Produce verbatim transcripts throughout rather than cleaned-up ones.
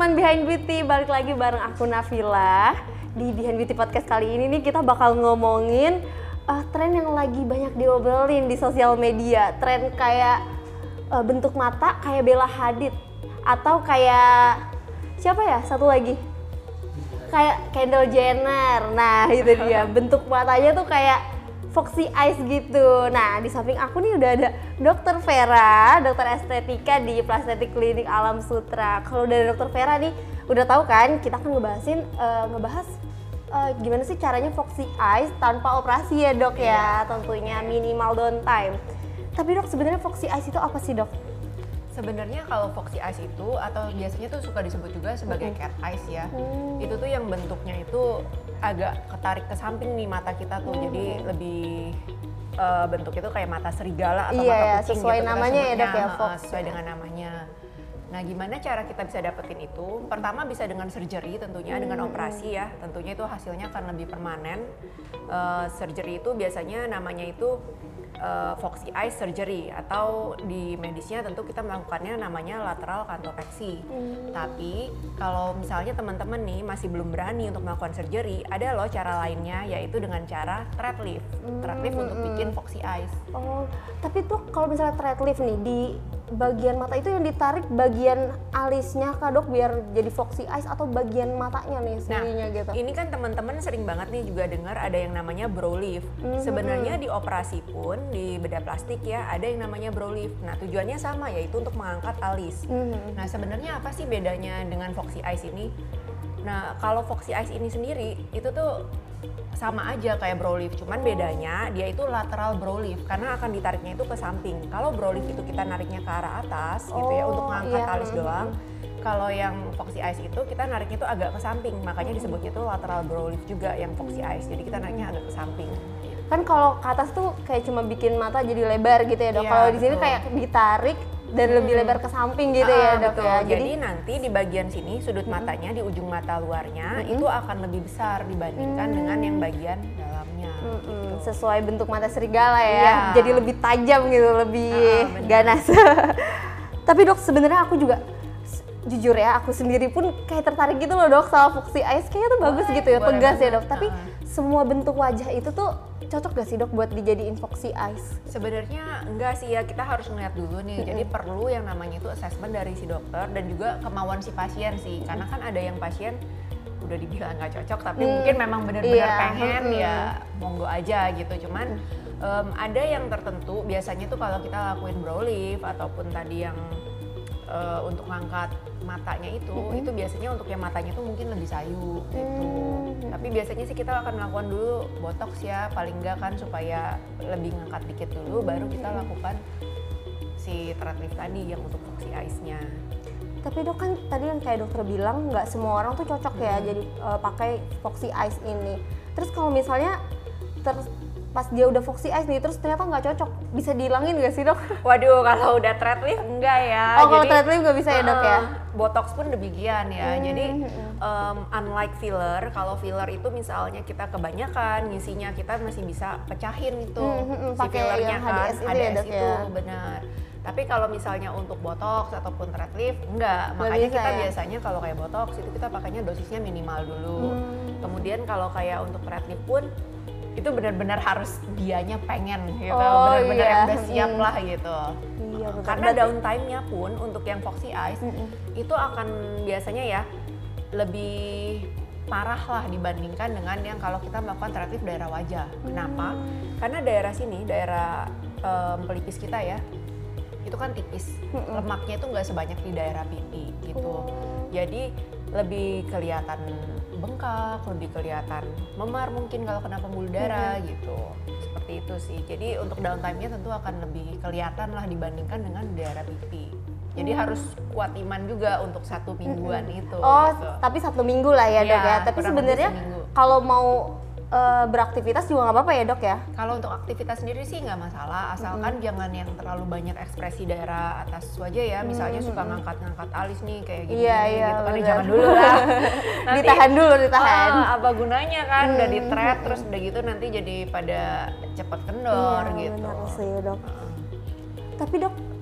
teman-teman Behind Beauty, balik lagi bareng aku Nafila. Di Behind Beauty Podcast kali ini nih kita bakal ngomongin uh, tren yang lagi banyak diobrolin di sosial media. Tren kayak uh, bentuk mata kayak Bella Hadid, atau kayak siapa ya satu lagi? Kayak Kendall Jenner. Nah itu dia, bentuk matanya tuh kayak Foxy Eyes gitu. Nah di samping aku nih udah ada Dokter Vera, dokter estetika di Plastetik Klinik Alam Sutra. Kalau dari Dokter Vera nih udah tahu kan, kita akan ngebahasin uh, ngebahas uh, gimana sih caranya Foxy Eyes tanpa operasi ya dok ya, tentunya minimal downtime. Tapi dok, sebenarnya Foxy Eyes itu apa sih dok? Sebenarnya kalau Foxy Eyes itu, atau biasanya tuh suka disebut juga sebagai cat eyes ya, hmm. itu tuh yang bentuknya itu agak ketarik ke samping nih mata kita tuh, hmm. jadi lebih uh, bentuknya tuh kayak mata serigala atau iya, mata kucing sesuai gitu, namanya ya dok ya, Fox. Sesuai dengan namanya. Nah gimana cara kita bisa dapetin itu? Pertama bisa dengan surgery tentunya, hmm. dengan operasi ya, tentunya itu hasilnya akan lebih permanen. Uh, surgery itu biasanya namanya itu Uh, Foxy Eyes Surgery, atau di medisnya tentu kita melakukannya namanya lateral canthopexy. Hmm. Tapi kalau misalnya teman-teman nih masih belum berani untuk melakukan surgery, ada loh cara lainnya, yaitu dengan cara thread lift. Hmm. Thread lift untuk bikin Foxy Eyes. Oh, tapi tuh kalau misalnya thread lift nih di bagian mata itu yang ditarik bagian alisnya kah dok biar jadi Foxy Eyes, atau bagian matanya nih sendirinya nah, gitu? Ini kan teman-teman sering banget nih juga dengar ada yang namanya brow lift. Hmm. Sebenarnya di operasi pun di bedah plastik ya ada yang namanya brow lift. Nah tujuannya sama, yaitu untuk mengangkat alis. Mm-hmm. Nah sebenarnya apa sih bedanya dengan Foxy Eyes ini? Nah kalau Foxy Eyes ini sendiri itu tuh sama aja kayak brow lift, cuman bedanya dia itu lateral brow lift karena akan ditariknya itu ke samping. Kalau brow lift itu kita nariknya ke arah atas oh, gitu ya untuk mengangkat iya. alis doang. Kalau yang Foxy Eyes itu kita nariknya itu agak ke samping, makanya disebutnya itu lateral brow lift juga yang Foxy Eyes. Jadi kita nariknya agak ke samping. Kan kalau ke atas tuh kayak cuma bikin mata jadi lebar gitu ya dok. Iya, kalau di sini kayak ditarik dan hmm. lebih lebar ke samping gitu ah, ya dok betul. ya. Jadi, Jadi nanti di bagian sini sudut matanya hmm. di ujung mata luarnya hmm. itu akan lebih besar dibandingkan hmm. dengan yang bagian dalamnya. Hmm. Gitu. Sesuai bentuk mata serigala ya. Iya. Jadi lebih tajam gitu, lebih ah, ganas. Tapi dok sebenarnya aku juga jujur ya, aku sendiri pun kayak tertarik gitu loh dok sama Foxy Eyes. Kayaknya tuh bagus boleh, gitu ya, tegas ya dok. Tapi uh. semua bentuk wajah itu tuh cocok gak sih dok buat dijadiin Foxy Eyes? Sebenarnya enggak sih ya, kita harus ngeliat dulu nih. Mm-hmm. Jadi perlu yang namanya itu assessment dari si dokter dan juga kemauan si pasien sih. Mm-hmm. Karena kan ada yang pasien udah dibilang nggak cocok, tapi mm. mungkin memang benar-benar yeah. pengen mm-hmm. ya monggo aja gitu. Cuman mm. um, ada yang tertentu, biasanya tuh kalau kita lakuin brow lift ataupun tadi yang uh, untuk ngangkat matanya itu, mm-hmm. itu biasanya untuk yang matanya tuh mungkin lebih sayu gitu. Mm-hmm. Tapi biasanya sih kita akan melakukan dulu botox ya, paling enggak kan supaya lebih ngangkat dikit dulu, baru kita lakukan si thread lift tadi yang untuk Foxy Eyes-nya. Tapi dok kan tadi yang kayak dokter bilang nggak semua orang tuh cocok ya hmm. jadi uh, pakai Foxy Eyes ini. Terus kalau misalnya ter pas dia udah Foxy Eyes nih, terus ternyata nggak cocok, bisa dihilangin nggak sih dok? Waduh, kalau udah thread lift enggak ya. Oh, kalau thread lift nggak bisa ya dok ya? Botox pun demikian ya. Hmm. Jadi um, unlike filler, kalau filler itu misalnya kita kebanyakan ngisinya, kita masih bisa pecahin itu hmm, si fillernya kan, H D S itu, ya, dok, itu ya? benar. Tapi kalau misalnya untuk botox ataupun thread lift enggak, makanya kita ya? biasanya kalau kayak botox itu kita pakainya dosisnya minimal dulu. Hmm. Kemudian kalau kayak untuk thread lift pun itu benar-benar harus dianya pengen gitu, oh, benar-benar iya. yang udah siap hmm. lah gitu. Iya, betul. Karena downtime-nya pun untuk yang Foxy Eyes mm-mm. itu akan biasanya ya lebih parah lah dibandingkan dengan yang kalau kita melakukan thread lift daerah wajah. Hmm. Kenapa? Karena daerah sini, daerah um, pelipis kita ya, itu kan tipis, mm-mm. lemaknya itu nggak sebanyak di daerah pipi gitu. Oh. Jadi lebih kelihatan bengkak, lebih kelihatan memar mungkin kalau kena pembuluh darah mm-hmm. gitu. Seperti itu sih. Jadi untuk downtime-nya tentu akan lebih kelihatan lah dibandingkan dengan daerah pipi. Jadi hmm. harus kuat iman juga untuk satu mingguan hmm. itu. Oh, gitu. Tapi satu minggu lah ya, ya dok ya. Tapi sebenarnya kalau mau uh, beraktivitas juga nggak apa-apa ya dok ya? Kalau untuk aktivitas sendiri sih nggak masalah, asalkan hmm. jangan yang terlalu banyak ekspresi daerah atas wajah ya. Misalnya hmm. suka ngangkat-ngangkat alis nih kayak gini, iya, iya, gitu kan, jangan dulu lah. Nanti, ditahan dulu, ditahan. Uh, apa gunanya kan, hmm. udah di thread terus udah gitu nanti jadi pada cepet kendor iya, gitu. Benar sih dok. Uh. Tapi dok,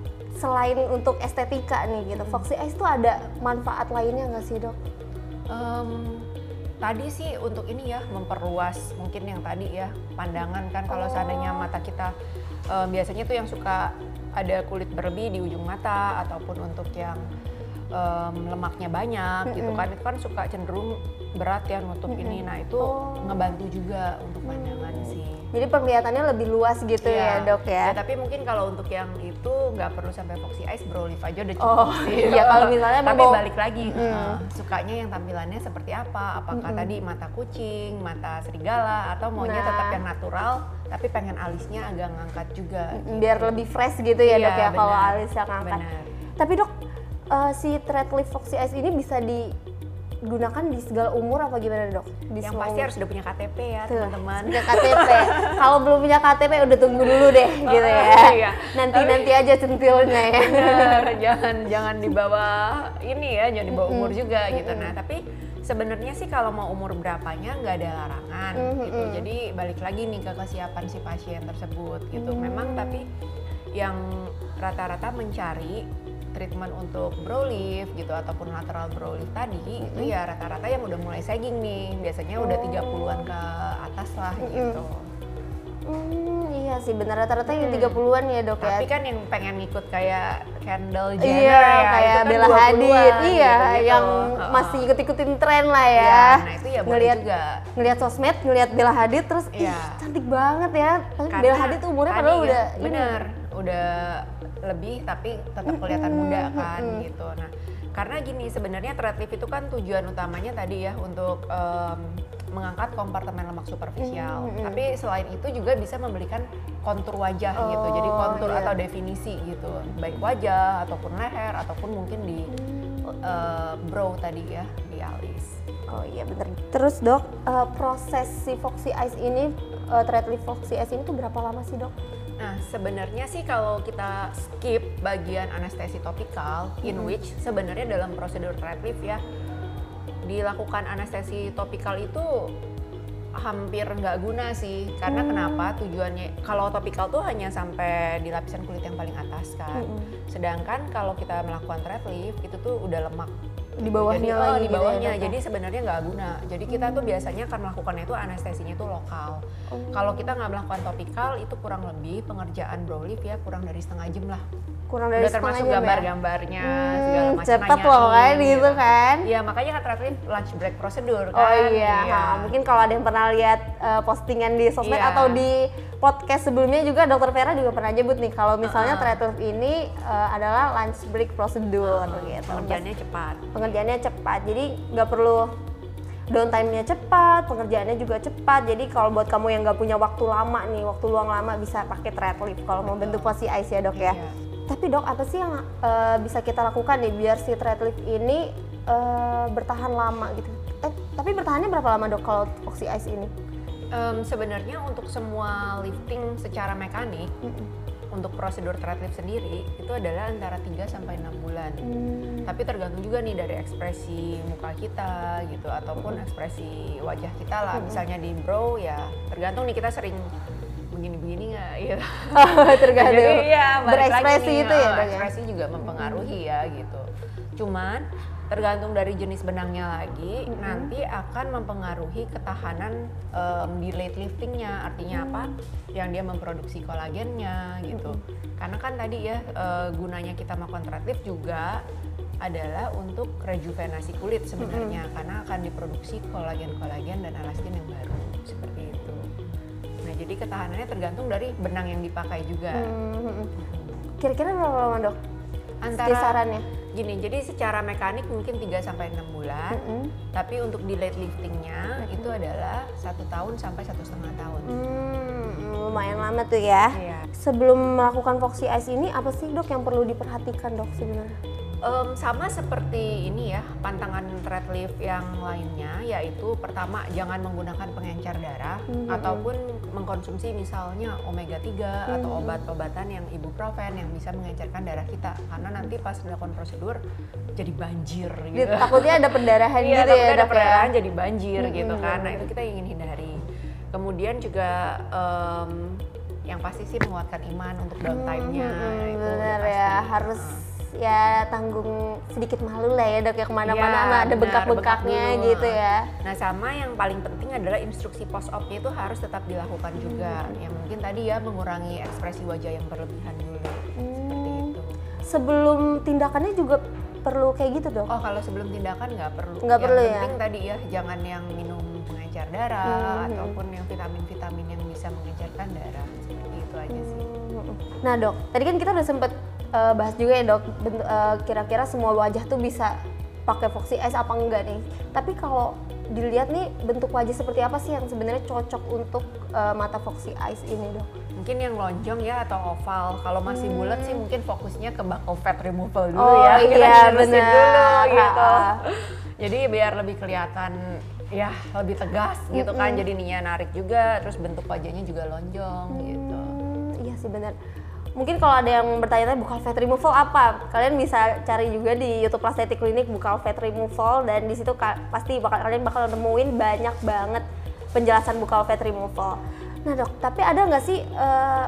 selain untuk estetika nih gitu, Foxy Eyes tuh ada manfaat lainnya nggak sih dok? Um, tadi sih untuk ini ya memperluas mungkin yang tadi ya pandangan kan kalau Oh. seandainya mata kita um, biasanya tuh yang suka ada kulit berlebih di ujung mata ataupun untuk yang um, lemaknya banyak gitu kan, itu kan suka cenderung berat ya nutup ini. Nah itu Oh. ngebantu juga untuk pandangan sih. Jadi penglihatannya lebih luas gitu ya Iya. dok ya? Ya, tapi mungkin kalau untuk yang itu nggak perlu sampai Foxy Eyes, Brow Lift aja udah cukup Oh, sih. iya, kalau misalnya tapi mau- balik lagi, Mm. uh, sukanya yang tampilannya seperti apa? Apakah tadi mata kucing, mata serigala, atau maunya Nah. tetap yang natural, tapi pengen alisnya agak ngangkat juga. Biar lebih fresh gitu ya Iya, dok ya kalau benar. alis yang angkat. Benar. Tapi dok, eh, si thread lift Foxy Eyes ini bisa digunakan di segala umur apa gimana dok? Di Yang semua pasti umur? harus udah punya K T P ya Tuh, teman-teman. punya K T P. Kalau belum punya K T P udah tunggu dulu deh gitu ya. Iya. Nanti nanti aja centilnya ya. Benar, jangan jangan di bawah ini ya, jangan di bawah umur juga gitu. Nah, tapi sebenarnya sih kalau mau umur berapanya nggak ada larangan gitu. Jadi balik lagi nih ke kesiapan si pasien tersebut gitu. Memang tapi yang rata-rata mencari treatment untuk brow lift gitu ataupun lateral brow lift tadi itu ya rata-rata yang udah mulai sagging nih. Biasanya udah tiga puluhan ke atas lah gitu. Hmm, iya sih benar rata-rata yang tiga puluhan ya dok ya. Tapi kan yang pengen ngikut kayak Kendall Jenner Iya, ya, kayak itu kan Bella dua puluhan Hadid, iya, gitu-gitu. yang Heeh. masih ikut-ikutin tren lah ya. Iya, nah itu ya boleh ngelihat juga. ngelihat sosmed, ngelihat Bella Hadid terus ih Iya. cantik banget ya. Tapi Karena Bella Hadid tuh umurnya tadi padahal ya, udah bener, udah lebih tapi tetap kelihatan muda kan gitu. Nah, karena gini sebenarnya thread lift itu kan tujuan utamanya tadi ya untuk em, mengangkat kompartemen lemak superficial. Tapi selain itu juga bisa memberikan kontur wajah gitu. Jadi Oh, kontur iya. atau definisi gitu. Baik wajah ataupun leher ataupun mungkin di eh, brow tadi ya, di alis. Oh iya bener. Terus dok, eh, proses si Foxy Eyes ini, eh, thread lift Foxy Eyes ini tuh berapa lama sih dok? Nah, sebenarnya sih kalau kita skip bagian anestesi topikal, in which sebenarnya dalam prosedur thread lift ya, dilakukan anestesi topikal itu hampir nggak guna sih. Karena kenapa? Tujuannya, kalau topikal tuh hanya sampai di lapisan kulit yang paling atas kan. Sedangkan kalau kita melakukan thread lift, itu tuh udah lemak. Di bawahnya Jadi, oh, lagi di gitu ya, bawahnya. dok, ya? Jadi sebenarnya nggak guna. Jadi kita tuh biasanya akan melakukannya itu anestesinya itu lokal. Kalau kita nggak melakukan topikal itu kurang lebih pengerjaan brow lift ya kurang dari setengah jam lah. Kurang dari Udah termasuk setengah jam ya? gambar-gambarnya segala Hmm, macam. cepet nanyain, loh kan gitu kan? Iya makanya kan thread lift lunch break prosedur kan. Oh iya, ha, mungkin kalau ada yang pernah lihat uh, postingan di sosmed Iya. atau di podcast sebelumnya juga dokter Vera juga pernah nyebut nih kalau misalnya Uh-uh. thread lift ini uh, adalah lunch break prosedur gitu. Pengerjaannya cepat. Pengerjaannya cepat, jadi nggak perlu downtime-nya cepat, pengerjaannya juga cepat. Jadi kalau buat kamu yang nggak punya waktu lama nih, waktu luang lama bisa pakai thread lift kalau mau bentuk Foxy Eyes ya dok ya. Iya. Tapi dok, apa sih yang uh, bisa kita lakukan nih biar si thread lift ini uh, bertahan lama gitu? Eh, tapi bertahannya berapa lama dok kalau Foxy Eyes ini? Em, sebenarnya untuk semua lifting secara mekanik untuk prosedur thread lift sendiri itu adalah antara tiga sampai enam bulan. Tapi tergantung juga nih dari ekspresi muka kita gitu ataupun ekspresi wajah kita lah. Misalnya di brow ya tergantung nih kita sering begini-begini nggak gitu. Tergantung. Jadi ya balik lagi Berekspresi nih, itu ya eh, dok ya? ekspresi juga mempengaruhi ya gitu. Cuman tergantung dari jenis benangnya lagi nanti akan mempengaruhi ketahanan em, di late liftingnya. Artinya apa? Yang dia memproduksi kolagennya gitu. Karena kan tadi ya eh, gunanya kita melakukan thread lift juga adalah untuk rejuvenasi kulit sebenarnya karena akan diproduksi kolagen-kolagen dan elastin yang baru seperti itu. Nah jadi ketahanannya tergantung dari benang yang dipakai juga. Hmm. Kira-kira berapa lama dok? Antara Kisarannya? Gini, jadi secara mekanik mungkin tiga sampai enam bulan, Mm-mm. tapi untuk di late liftingnya itu adalah satu tahun sampai satu setengah tahun. Hmm, lumayan lama tuh ya. Iya. Sebelum melakukan Foxy Eyes ini apa sih dok yang perlu diperhatikan dok sebenarnya? Em, sama seperti ini ya, pantangan thread lift yang lainnya, yaitu pertama jangan menggunakan pengencer darah ataupun mengkonsumsi misalnya omega tiga atau obat-obatan yang ibuprofen yang bisa mengencerkan darah kita, karena nanti pas melakukan prosedur jadi banjir Di- gitu. Takutnya ada perdarahan Iya, gitu ya takutnya ada dok ya? perdarahan jadi banjir gitu kan. Nah itu kita ingin hindari. Kemudian juga em, yang pasti sih menguatkan iman untuk downtime-nya. Hmm, itu benar udah ya, pasti. harus Uh. ya tanggung sedikit malu lah ya dok ya, kemana-mana Iya, nah, ada benar, bengkak-bengkaknya bengkak dulu. gitu ya. Nah sama yang paling penting adalah instruksi post op-nya itu harus tetap dilakukan juga. Hmm. Yang mungkin tadi ya mengurangi ekspresi wajah yang berlebihan dulu. Hmm. Seperti itu. Sebelum tindakannya juga perlu kayak gitu dok? Oh kalau sebelum tindakan nggak perlu. Nggak yang perlu ya? penting tadi ya jangan yang minum pengencer darah Hmm. ataupun yang vitamin-vitamin yang bisa mengencerkan darah. Seperti itu aja sih. Hmm. Nah dok, tadi kan kita udah sempet uh, bahas juga ya dok, bentuk, uh, kira-kira semua wajah tuh bisa pakai Foxy Eyes apa enggak nih? Tapi kalau dilihat nih bentuk wajah seperti apa sih yang sebenarnya cocok untuk uh, mata Foxy Eyes ini dok? Mungkin yang lonjong ya atau oval. Kalau masih Hmm. bulat sih mungkin fokusnya ke buccal fat removal dulu Oh, ya. Kita iya, dilurusin benar. dulu gitu. Ha-ha. Jadi biar lebih kelihatan ya lebih tegas gitu kan. Mm-mm. Jadi Nia narik juga, terus bentuk wajahnya juga lonjong gitu. Hmm, iya sih benar. Mungkin kalau ada yang bertanya-tanya buccal fat removal apa, kalian bisa cari juga di YouTube Plasthetic Clinic buccal fat removal dan di situ ka- pasti bakal kalian bakal nemuin banyak banget penjelasan buccal fat removal. Nah dok, tapi ada nggak sih uh,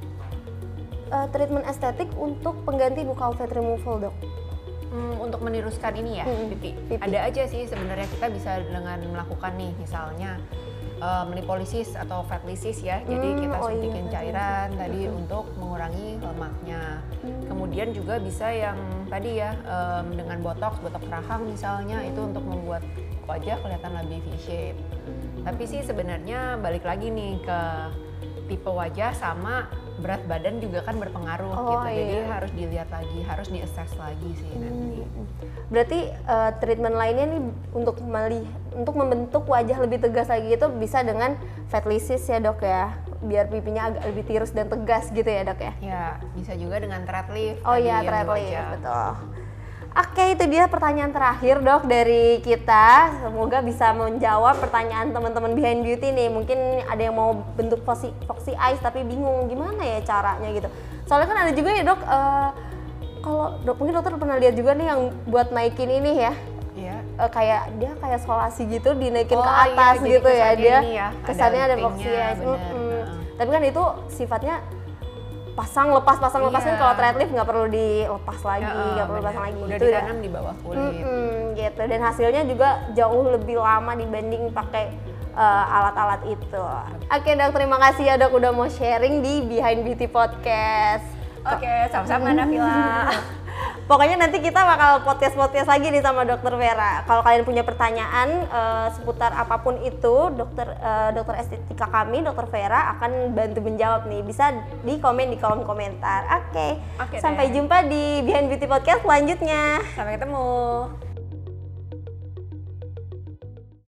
uh, treatment estetik untuk pengganti buccal fat removal dok? Hmm, untuk meniruskan ini ya, Mm-mm. pipi. Pipi. Ada aja sih sebenarnya kita bisa dengan melakukan nih misalnya um, lipolisis atau fat lysis ya. Jadi Hmm, kita oh iya, suntikin fat cairan lysis. tadi Mm-mm. untuk mengurangi lemaknya. Hmm. Kemudian juga bisa yang tadi ya um, dengan botox, botox rahang misalnya itu untuk membuat wajah kelihatan lebih V-shape. Tapi sih sebenarnya balik lagi nih ke tipe wajah sama berat badan juga kan berpengaruh Oh, gitu. Jadi iya. harus dilihat lagi, harus di-assess lagi sih nanti. Hmm. Berarti uh, treatment lainnya nih untuk melih untuk membentuk wajah lebih tegas lagi itu bisa dengan fat lysis ya dok ya, biar pipinya agak lebih tirus dan tegas gitu ya dok ya. Ya, bisa juga dengan thread lift. Oh tadi iya, yang di thread lift, wajah. betul. Oke, itu dia pertanyaan terakhir dok dari kita. Semoga bisa menjawab pertanyaan teman-teman Behind Beauty nih. Mungkin ada yang mau bentuk Foxy, Foxy Eyes tapi bingung gimana ya caranya gitu. Soalnya kan ada juga ya dok, uh, kalau dok mungkin dokter pernah lihat juga nih yang buat naikin ini ya. Iya. Uh, kayak dia kayak solasi gitu dinaikin Oh, ke iya, atas jadi gitu ya, kesannya dia ini ya, ada kesannya ada liftingnya, Foxy Eyes. bener. Mm-mm. Heeh. Tapi kan itu sifatnya pasang lepas pasang lepas kan Iya. kalau thread lift nggak perlu dilepas lagi, Heeh, nggak perlu bener. pasang lagi. Udah Itu ditanam di bawah kulit. Mm-mm, gitu. Dan hasilnya juga jauh lebih lama dibanding pakai uh, alat-alat itu. Oke dok, terima kasih ya dok udah mau sharing di Behind Beauty Podcast. Oke, sama-sama Nafila. Pokoknya nanti kita bakal podcast-podcast lagi nih sama Dokter Vera. Kalau kalian punya pertanyaan uh, seputar apapun itu, dokter uh, dokter estetika kami, Dokter Vera akan bantu menjawab nih. Bisa di komen di kolom komentar. Oke. Oke Sampai deh. jumpa di Behind Beauty Podcast selanjutnya. Sampai ketemu.